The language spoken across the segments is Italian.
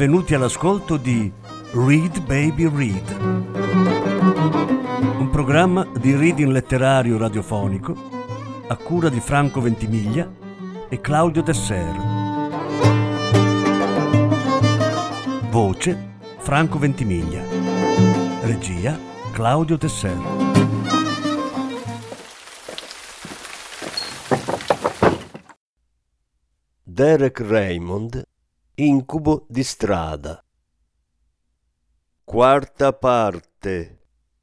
benvenuti all'ascolto di Read Baby Read, un programma di reading letterario radiofonico a cura di Franco Ventimiglia e Claudio Desser. Voce Franco Ventimiglia. Regia Claudio Desser. Derek Raymond, Incubo di strada. Quarta parte.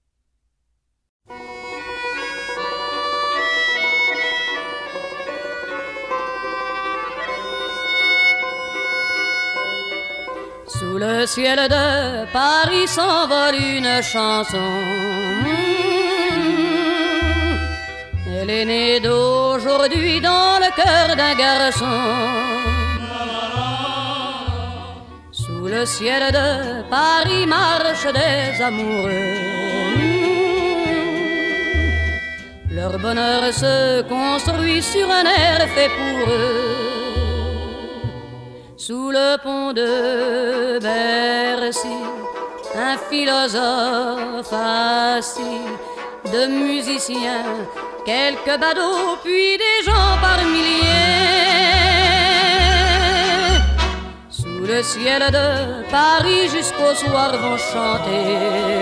Sous le ciel de Paris s'envole une chanson. Elle est née d'aujourd'hui dans le cœur d'un garçon. Sous le ciel de Paris marchent des amoureux. Leur bonheur se construit sur un air fait pour eux. Sous le pont de Bercy, un philosophe assis, de musiciens, quelques badauds, puis des gens par milliers. Sous le ciel de Paris jusqu'au soir vont chanter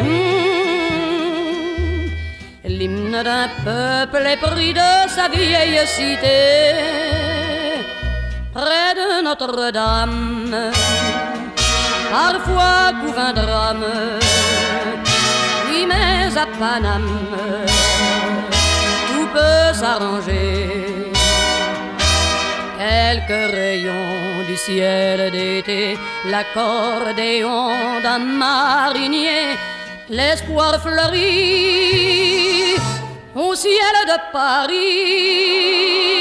l'hymne d'un peuple épris de sa vieille cité. Près de Notre-Dame, parfois couvre un drame. Oui, mais à Paname, tout peut s'arranger. Quelques rayons du ciel d'été, l'accordéon d'un marinier, l'espoir fleurit au ciel de Paris.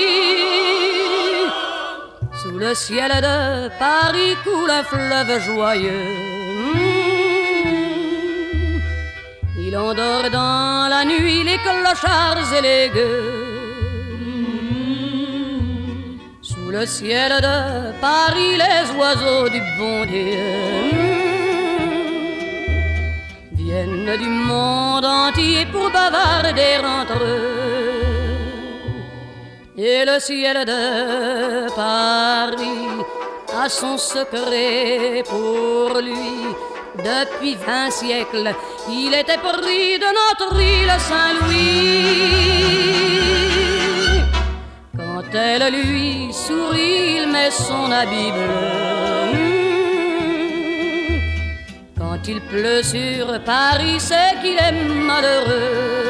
Sous le ciel de Paris coule un fleuve joyeux. Il endort dans la nuit les clochards et les gueux. Sous le ciel de Paris les oiseaux du bon Dieu viennent du monde entier pour bavarder entre eux. Et le ciel de Paris a son secret pour lui. Depuis 20 siècles, il était pris de notre île Saint-Louis. Quand elle lui sourit, il met son habit bleu. Quand il pleut sur Paris, c'est qu'il est malheureux.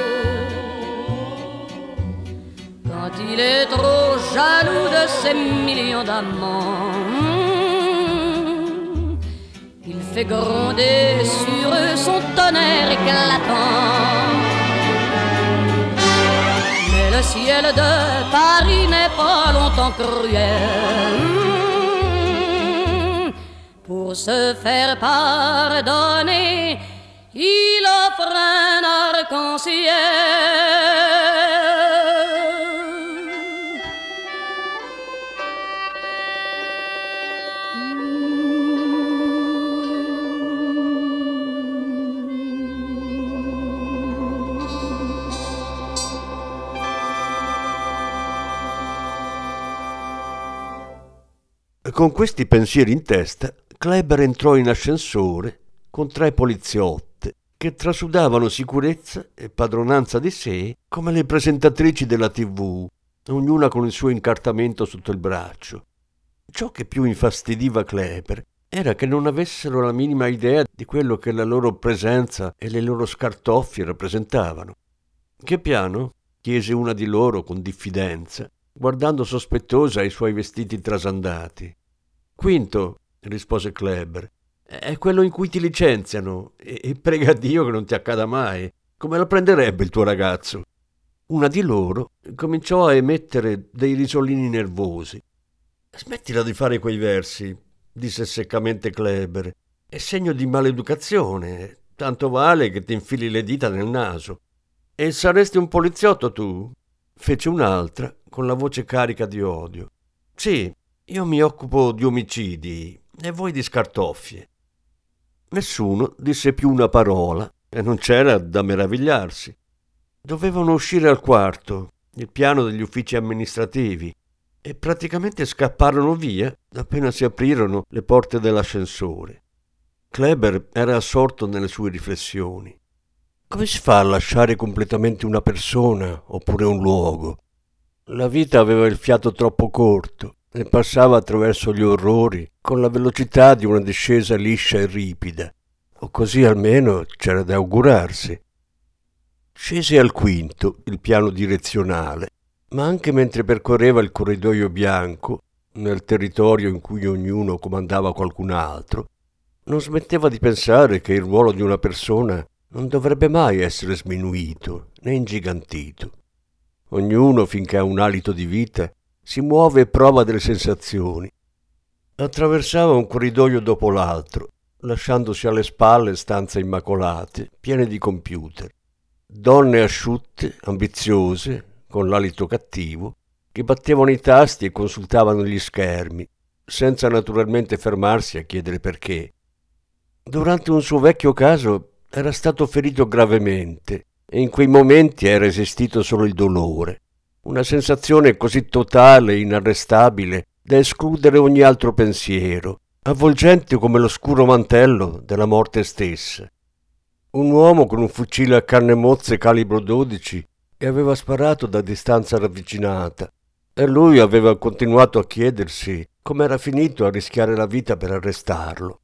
Quand il est trop jaloux de ses millions d'amants, il fait gronder sur eux son tonnerre éclatant. Mais le ciel de Paris n'est pas longtemps cruel. Pour se faire pardonner, il offre un arc-en-ciel. Con questi pensieri in testa, Kleber entrò in ascensore con 3 poliziotte che trasudavano sicurezza e padronanza di sé come le presentatrici della TV, ognuna con il suo incartamento sotto il braccio. Ciò che più infastidiva Kleber era che non avessero la minima idea di quello che la loro presenza e le loro scartoffie rappresentavano. «Che piano?» chiese una di loro con diffidenza, guardando sospettosa i suoi vestiti trasandati. «Quinto», rispose Kleber, «è quello in cui ti licenziano e prega Dio che non ti accada mai. Come la prenderebbe il tuo ragazzo?» Una di loro cominciò a emettere dei risolini nervosi. «Smettila di fare quei versi», disse seccamente Kleber. «È segno di maleducazione. Tanto vale che ti infili le dita nel naso». «E saresti un poliziotto tu?» fece un'altra con la voce carica di odio. «Sì, io mi occupo di omicidi, E voi di scartoffie. Nessuno disse più una parola e non c'era da meravigliarsi. Dovevano uscire al quarto, il piano degli uffici amministrativi, e praticamente scapparono via appena si aprirono le porte dell'ascensore. Kleber era assorto nelle sue riflessioni. Come si fa a lasciare completamente una persona oppure un luogo? La vita aveva il fiato troppo corto e passava attraverso gli orrori con la velocità di una discesa liscia e ripida, o così almeno c'era da augurarsi. Scese al quinto, il piano direzionale, ma anche mentre percorreva il corridoio bianco, nel territorio in cui ognuno comandava qualcun altro, non smetteva di pensare che il ruolo di una persona non dovrebbe mai essere sminuito né ingigantito. Ognuno, finché ha un alito di vita, si muove e prova delle sensazioni. Attraversava un corridoio dopo l'altro, lasciandosi alle spalle stanze immacolate, piene di computer. Donne asciutte, ambiziose, con l'alito cattivo, che battevano i tasti e consultavano gli schermi, senza naturalmente fermarsi a chiedere perché. Durante un suo vecchio caso era stato ferito gravemente e in quei momenti era esistito solo il dolore, una sensazione così totale e inarrestabile da escludere ogni altro pensiero, avvolgente come l'oscuro mantello della morte stessa. Un uomo con un fucile a canne mozze calibro 12 che aveva sparato da distanza ravvicinata e lui aveva continuato a chiedersi come era finito a rischiare la vita per arrestarlo.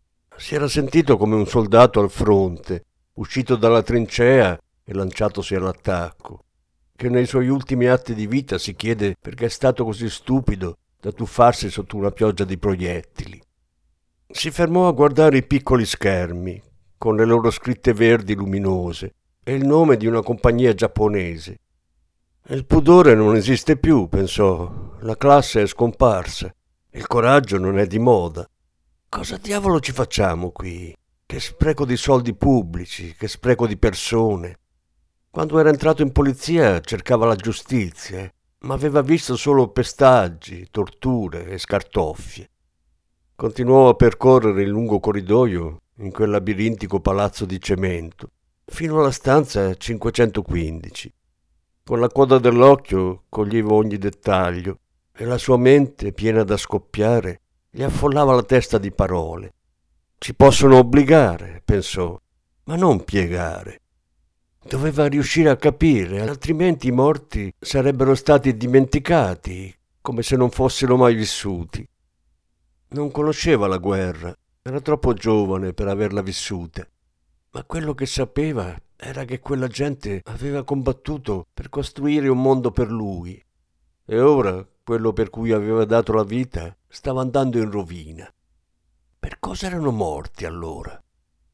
Si era sentito come un soldato al fronte, uscito dalla trincea e lanciatosi all'attacco, che nei suoi ultimi atti di vita si chiede perché è stato così stupido da tuffarsi sotto una pioggia di proiettili. Si fermò a guardare i piccoli schermi, con le loro scritte verdi luminose, e il nome di una compagnia giapponese. Il pudore non esiste più, pensò, la classe è scomparsa, il coraggio non è di moda. Cosa diavolo ci facciamo qui? Che spreco di soldi pubblici, che spreco di persone. Quando era entrato in polizia cercava la giustizia, ma aveva visto solo pestaggi, torture e scartoffie. Continuò a percorrere il lungo corridoio in quel labirintico palazzo di cemento, fino alla stanza 515. Con la coda dell'occhio coglieva ogni dettaglio e la sua mente, piena da scoppiare, gli affollava la testa di parole. Ci possono obbligare, pensò, ma non piegare. Doveva riuscire a capire, altrimenti i morti sarebbero stati dimenticati, come se non fossero mai vissuti. Non conosceva la guerra, era troppo giovane per averla vissuta, ma quello che sapeva era che quella gente aveva combattuto per costruire un mondo per lui, e ora quello per cui aveva dato la vita stava andando in rovina. Per cosa erano morti allora?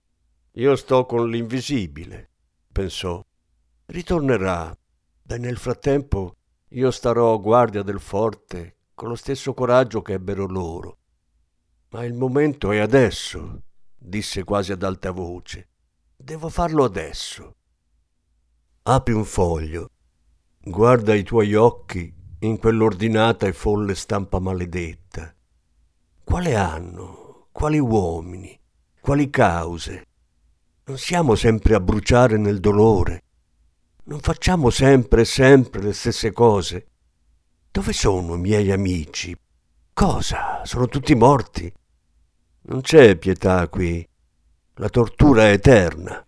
Io sto con l'invisibile, pensò. Ritornerà, e nel frattempo io starò a guardia del forte con lo stesso coraggio che ebbero loro. Ma il momento è adesso, disse quasi ad alta voce. Devo farlo adesso. Apri un foglio, guarda i tuoi occhi in quell'ordinata e folle stampa maledetta. Quale anno? Quali uomini? Quali cause? Non siamo sempre a bruciare nel dolore? Non facciamo sempre le stesse cose? Dove sono i miei amici? Cosa? Sono tutti morti? Non c'è pietà qui. La tortura è eterna.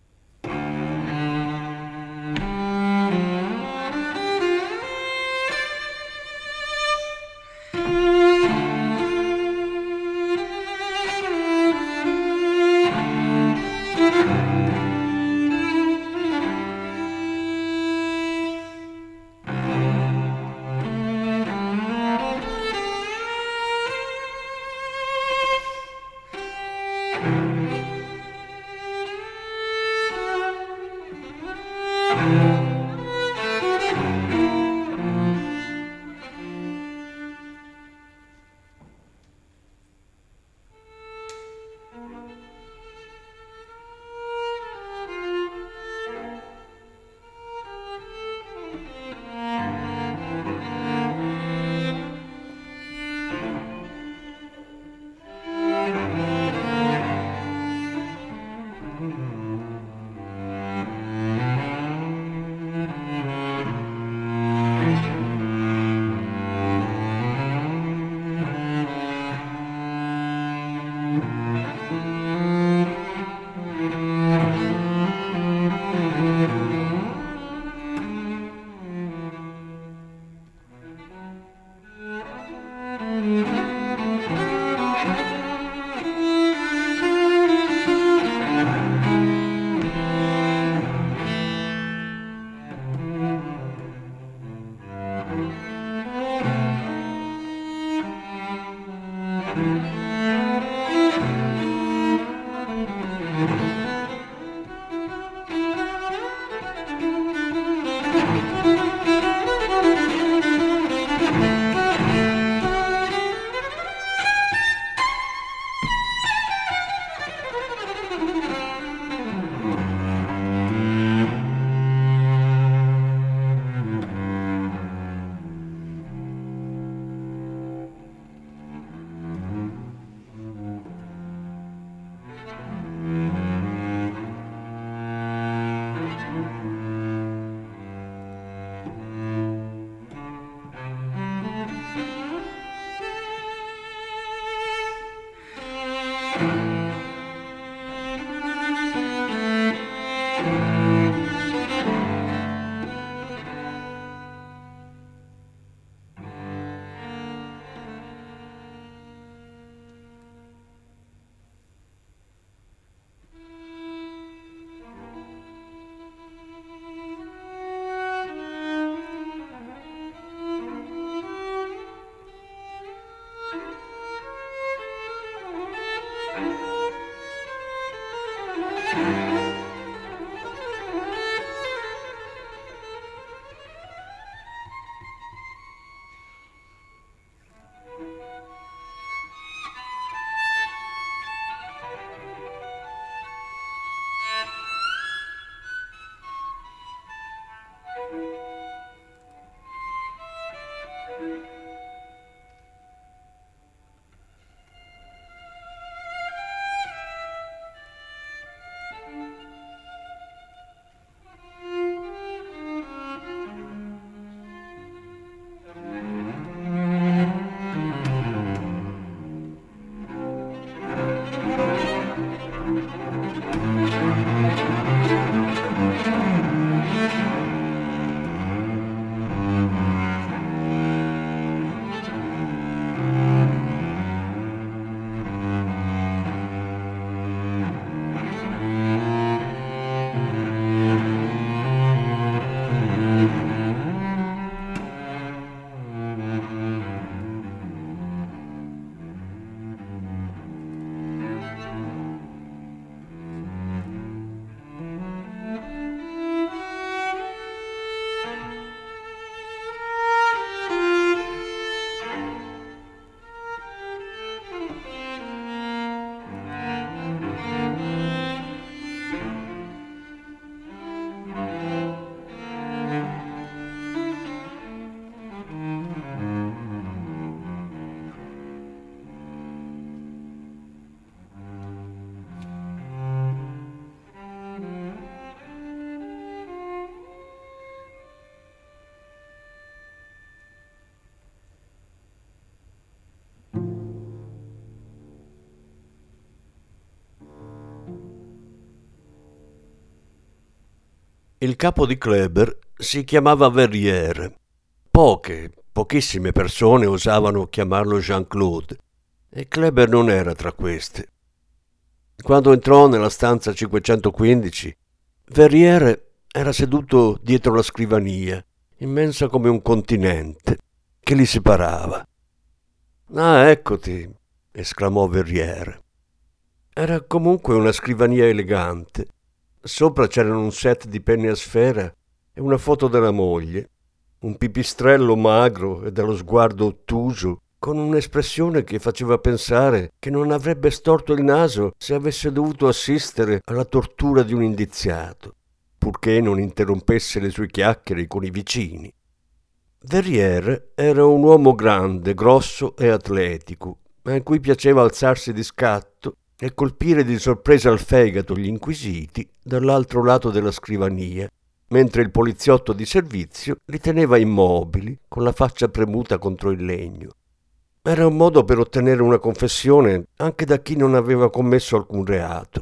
Il capo di Kleber si chiamava Verrières. Pochissime persone osavano chiamarlo Jean-Claude, e Kleber non era tra queste. Quando entrò nella stanza 515, Verrières era seduto dietro la scrivania, immensa come un continente, che li separava. «Ah, eccoti!» esclamò Verrières. Era comunque una scrivania elegante. Sopra c'erano un set di penne a sfera e una foto della moglie, un pipistrello magro e dallo sguardo ottuso, con un'espressione che faceva pensare che non avrebbe storto il naso se avesse dovuto assistere alla tortura di un indiziato, purché non interrompesse le sue chiacchiere con i vicini. Verrières era un uomo grande, grosso e atletico, a cui piaceva alzarsi di scatto e colpire di sorpresa al fegato gli inquisiti dall'altro lato della scrivania, mentre il poliziotto di servizio li teneva immobili, con la faccia premuta contro il legno. Era un modo per ottenere una confessione anche da chi non aveva commesso alcun reato.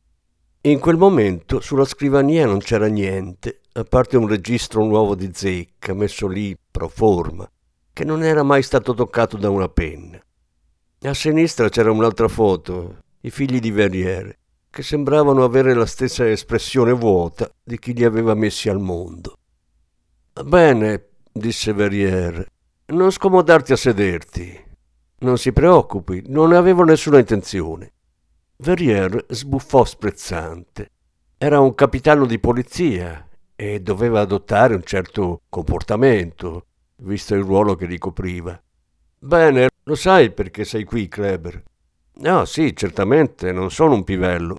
In quel momento sulla scrivania non c'era niente, a parte un registro nuovo di zecca messo lì pro forma, che non era mai stato toccato da una penna. A sinistra c'era un'altra foto, i figli di Verrières, che sembravano avere la stessa espressione vuota di chi li aveva messi al mondo. «Bene», disse Verrières, «non scomodarti a sederti. Non si preoccupi, non ne avevo nessuna intenzione». Verrières sbuffò sprezzante. Era un capitano di polizia e doveva adottare un certo comportamento, visto il ruolo che ricopriva. «Bene, lo sai perché sei qui, Kleber?» «No, sì, certamente, non sono un pivello».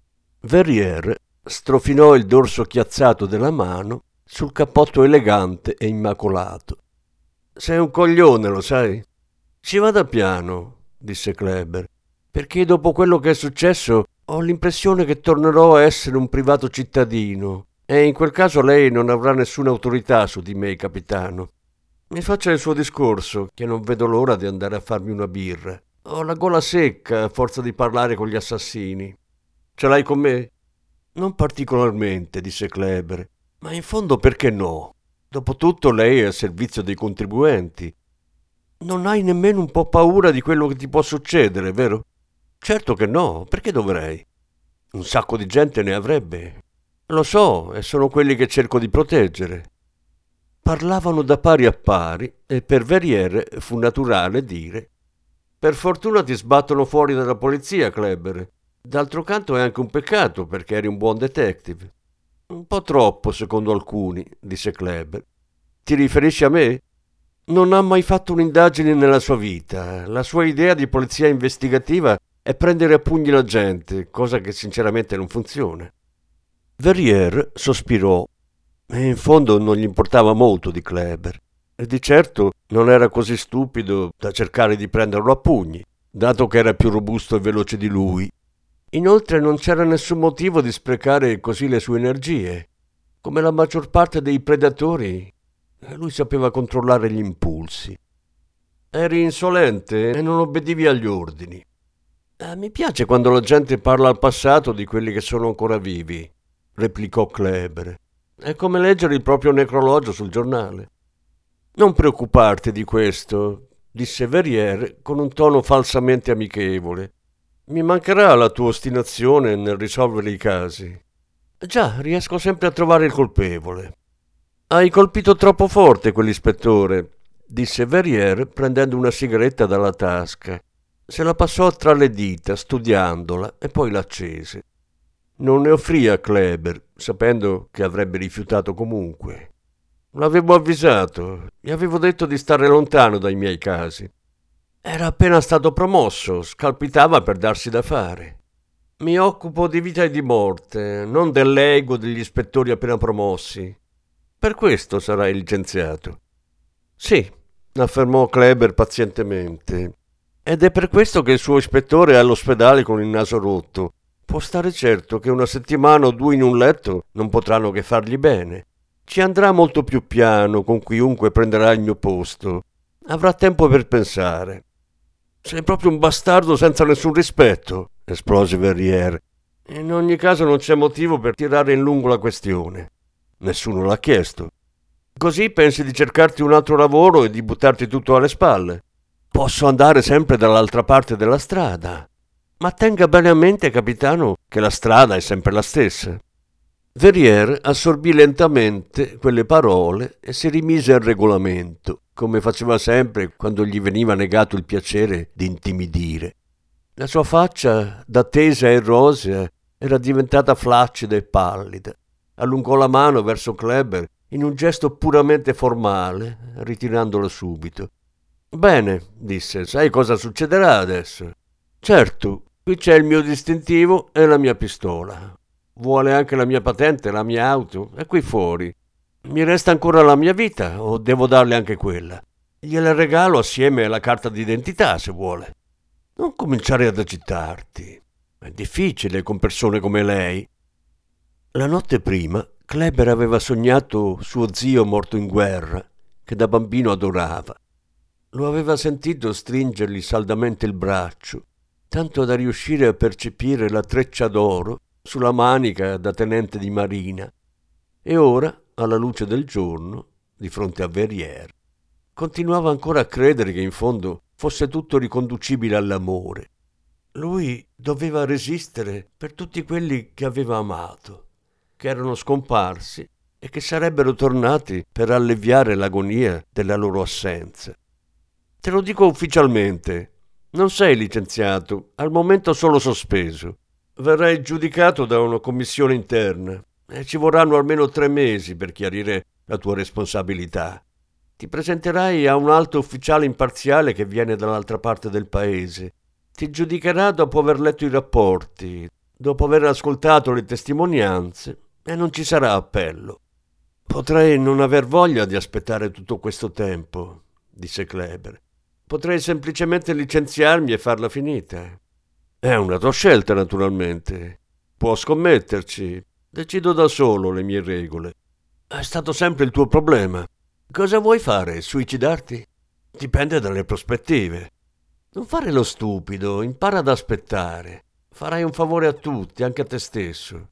Verrières strofinò il dorso chiazzato della mano sul cappotto elegante e immacolato. «Sei un coglione, lo sai?» «Ci vada piano», disse Kleber, «perché dopo quello che è successo ho l'impressione che tornerò a essere un privato cittadino e in quel caso lei non avrà nessuna autorità su di me, capitano. Mi faccia il suo discorso, che non vedo l'ora di andare a farmi una birra. Ho la gola secca a forza di parlare con gli assassini. Ce l'hai con me?» «Non particolarmente», disse Kleber, «ma in fondo perché no? Dopotutto lei è al servizio dei contribuenti. Non hai nemmeno un po' paura di quello che ti può succedere, vero?» «Certo che no, perché dovrei? Un sacco di gente ne avrebbe. Lo so, e sono quelli che cerco di proteggere». Parlavano da pari a pari e per Verrières fu naturale dire: «Per fortuna ti sbattono fuori dalla polizia, Kleber. D'altro canto è anche un peccato perché eri un buon detective». «Un po' troppo, secondo alcuni», disse Kleber. «Ti riferisci a me?» «Non ha mai fatto un'indagine nella sua vita. La sua idea di polizia investigativa è prendere a pugni la gente, cosa che sinceramente non funziona». Verrières sospirò. E in fondo non gli importava molto di Kleber. E di certo non era così stupido da cercare di prenderlo a pugni, dato che era più robusto e veloce di lui. Inoltre non c'era nessun motivo di sprecare così le sue energie. Come la maggior parte dei predatori, lui sapeva controllare gli impulsi. «Eri insolente e non obbedivi agli ordini». «Mi piace quando la gente parla al passato di quelli che sono ancora vivi», replicò Kleber. «È come leggere il proprio necrologio sul giornale». «Non preoccuparti di questo», disse Verrières con un tono falsamente amichevole. «Mi mancherà la tua ostinazione nel risolvere i casi. Già, riesco sempre a trovare il colpevole». «Hai colpito troppo forte quell'ispettore», disse Verrières prendendo una sigaretta dalla tasca. Se la passò tra le dita, studiandola, e poi l'accese. Non ne offrì a Kleber, sapendo che avrebbe rifiutato comunque. «L'avevo avvisato, gli avevo detto di stare lontano dai miei casi. Era appena stato promosso, scalpitava per darsi da fare. Mi occupo di vita e di morte, non dell'ego degli ispettori appena promossi. Per questo sarai licenziato». «Sì», affermò Kleber pazientemente, «ed è per questo che il suo ispettore è all'ospedale con il naso rotto. Può stare certo che una settimana o due in un letto non potranno che fargli bene. Ci andrà molto più piano con chiunque prenderà il mio posto. Avrà tempo per pensare». «Sei proprio un bastardo senza nessun rispetto», esplose Verrières. «In ogni caso non c'è motivo per tirare in lungo la questione. Nessuno l'ha chiesto. Così pensi di cercarti un altro lavoro e di buttarti tutto alle spalle? Posso andare sempre dall'altra parte della strada. Ma tenga bene a mente, capitano, che la strada è sempre la stessa». Verrières assorbì lentamente quelle parole e si rimise al regolamento, come faceva sempre quando gli veniva negato il piacere di intimidire. La sua faccia, da tesa e rosea, era diventata flaccida e pallida. Allungò la mano verso Kleber in un gesto puramente formale, ritirandola subito. «Bene», disse, «sai cosa succederà adesso?» «Certo, qui c'è il mio distintivo e la mia pistola. Vuole anche la mia patente, la mia auto? È qui fuori. Mi resta ancora la mia vita o devo darle anche quella? Gliela regalo assieme alla carta d'identità, se vuole. Non cominciare ad agitarti. È difficile con persone come lei. La notte prima Kleber aveva sognato suo zio morto in guerra, che da bambino adorava. Lo aveva sentito stringergli saldamente il braccio, tanto da riuscire a percepire la treccia d'oro sulla manica da tenente di marina. E ora, alla luce del giorno, di fronte a Verrières, continuava ancora a credere che in fondo fosse tutto riconducibile all'amore. Lui doveva resistere per tutti quelli che aveva amato, che erano scomparsi e che sarebbero tornati per alleviare l'agonia della loro assenza. Te lo dico ufficialmente, non sei licenziato, al momento solo sospeso. Verrai giudicato da una commissione interna e ci vorranno almeno 3 mesi per chiarire la tua responsabilità. Ti presenterai a un alto ufficiale imparziale che viene dall'altra parte del paese. Ti giudicherà dopo aver letto i rapporti, dopo aver ascoltato le testimonianze, e non ci sarà appello. Potrei non aver voglia di aspettare tutto questo tempo, disse Kleber. Potrei semplicemente licenziarmi e farla finita. È una tua scelta, naturalmente. Può scommetterci. Decido da solo le mie regole. È stato sempre il tuo problema. Cosa vuoi fare? Suicidarti? Dipende dalle prospettive. Non fare lo stupido, impara ad aspettare. Farai un favore a tutti, anche a te stesso.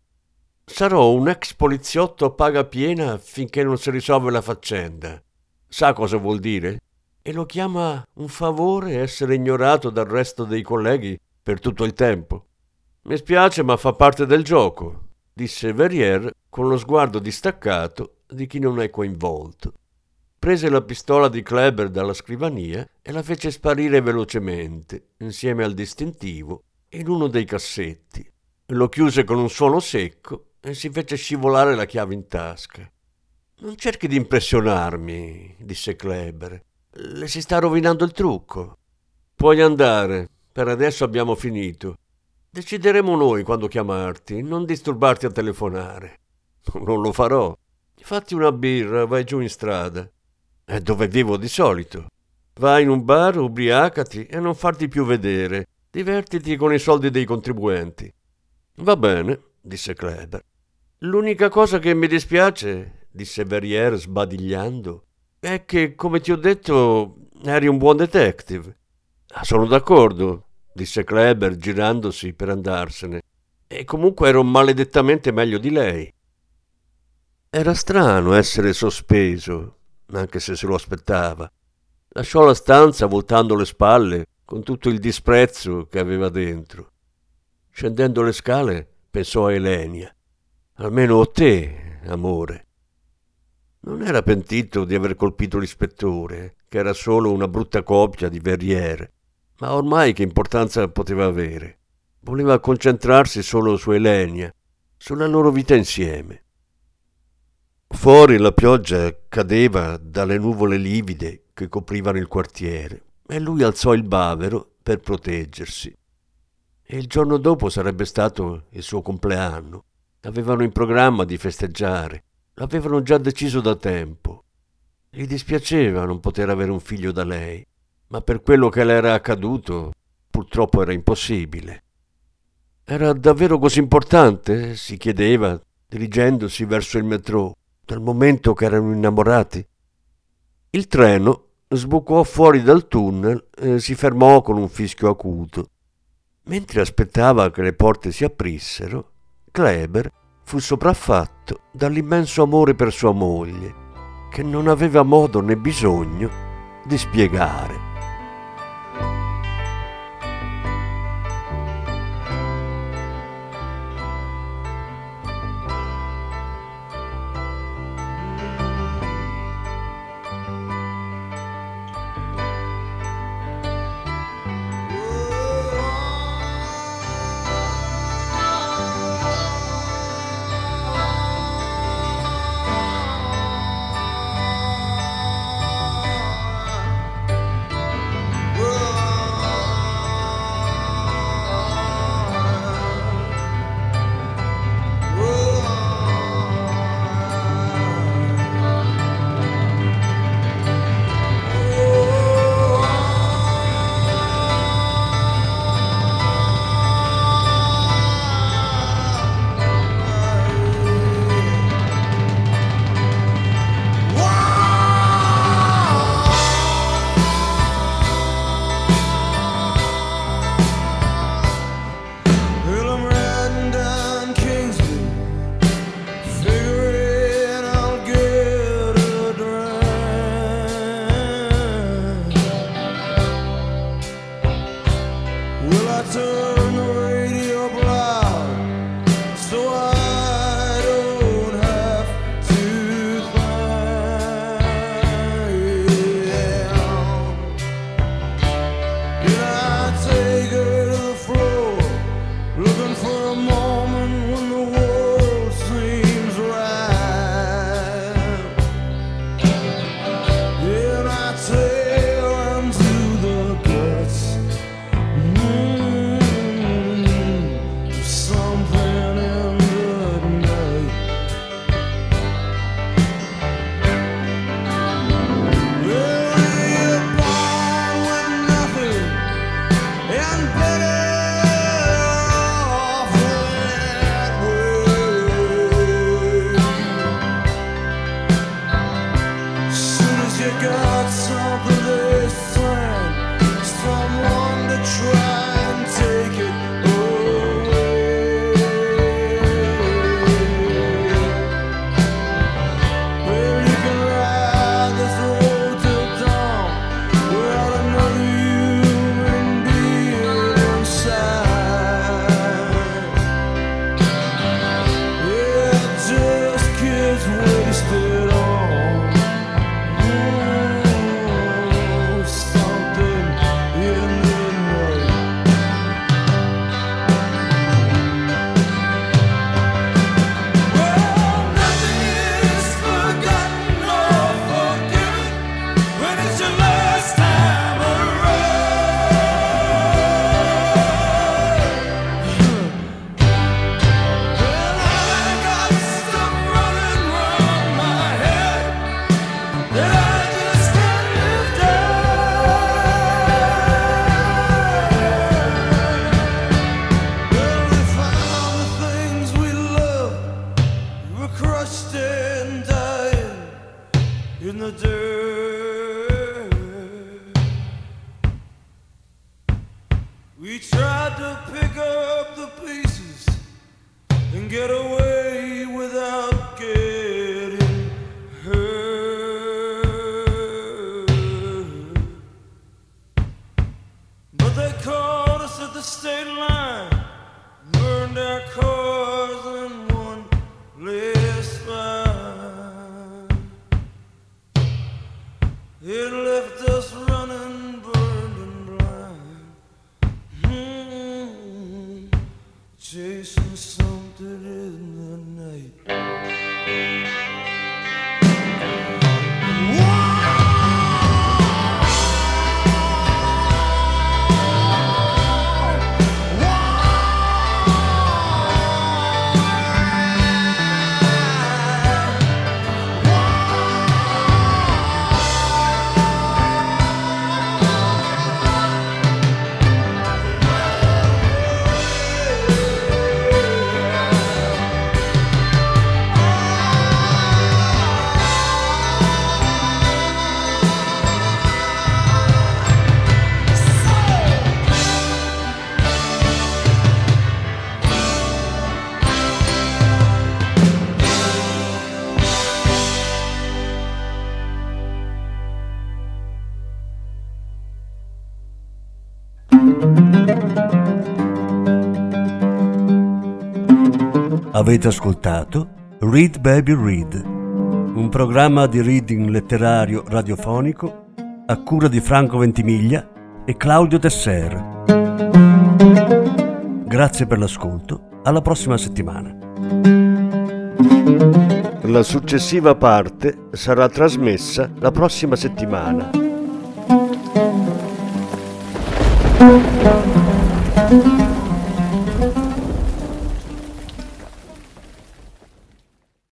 Sarò un ex poliziotto a paga piena finché non si risolve la faccenda. Sa cosa vuol dire? E lo chiama un favore essere ignorato dal resto dei colleghi per tutto il tempo. Mi spiace, ma fa parte del gioco, disse Verrières con lo sguardo distaccato di chi non è coinvolto. Prese la pistola di Kleber dalla scrivania e la fece sparire velocemente, insieme al distintivo, in uno dei cassetti. Lo chiuse con un suono secco e si fece scivolare la chiave in tasca. «Non cerchi di impressionarmi», disse Kleber. «Le si sta rovinando il trucco. Puoi andare, per adesso abbiamo finito. Decideremo noi quando chiamarti, non disturbarti a telefonare». «Non lo farò. Fatti una birra, vai giù in strada». «È dove vivo di solito. Vai in un bar, ubriacati e non farti più vedere. Divertiti con i soldi dei contribuenti». «Va bene», disse Kleber. «L'unica cosa che mi dispiace», disse Verrières sbadigliando, «è che, come ti ho detto, eri un buon detective». «Sono d'accordo», disse Kleber girandosi per andarsene. «E comunque ero maledettamente meglio di lei». Era strano essere sospeso, anche se lo aspettava. Lasciò la stanza voltando le spalle con tutto il disprezzo che aveva dentro. Scendendo le scale pensò a Elenia. «Almeno te, amore». Non era pentito di aver colpito l'ispettore, che era solo una brutta copia di Verrières, ma ormai che importanza poteva avere? Voleva concentrarsi solo su Elenia, sulla loro vita insieme. Fuori la pioggia cadeva dalle nuvole livide che coprivano il quartiere e lui alzò il bavero per proteggersi. E il giorno dopo sarebbe stato il suo compleanno. Avevano in programma di festeggiare, l'avevano già deciso da tempo. Gli dispiaceva non poter avere un figlio da lei, ma per quello che le era accaduto purtroppo era impossibile. Era davvero così importante? Si chiedeva, dirigendosi verso il metro, dal momento che erano innamorati. Il treno sbucò fuori dal tunnel e si fermò con un fischio acuto. Mentre aspettava che le porte si aprissero, Kleber fu sopraffatto dall'immenso amore per sua moglie, che non aveva modo né bisogno di spiegare. crushed and dying in the dirt. We tried to pick up the pieces and get away without getting hurt. But they caught us at the state line, burned our cars and one last fire. It left us running, burned and blind, chasing something in the night. Avete ascoltato Read Baby Read, un programma di reading letterario radiofonico a cura di Franco Ventimiglia e Claudio Tesser. Grazie per l'ascolto, alla prossima settimana. La successiva parte sarà trasmessa la prossima settimana.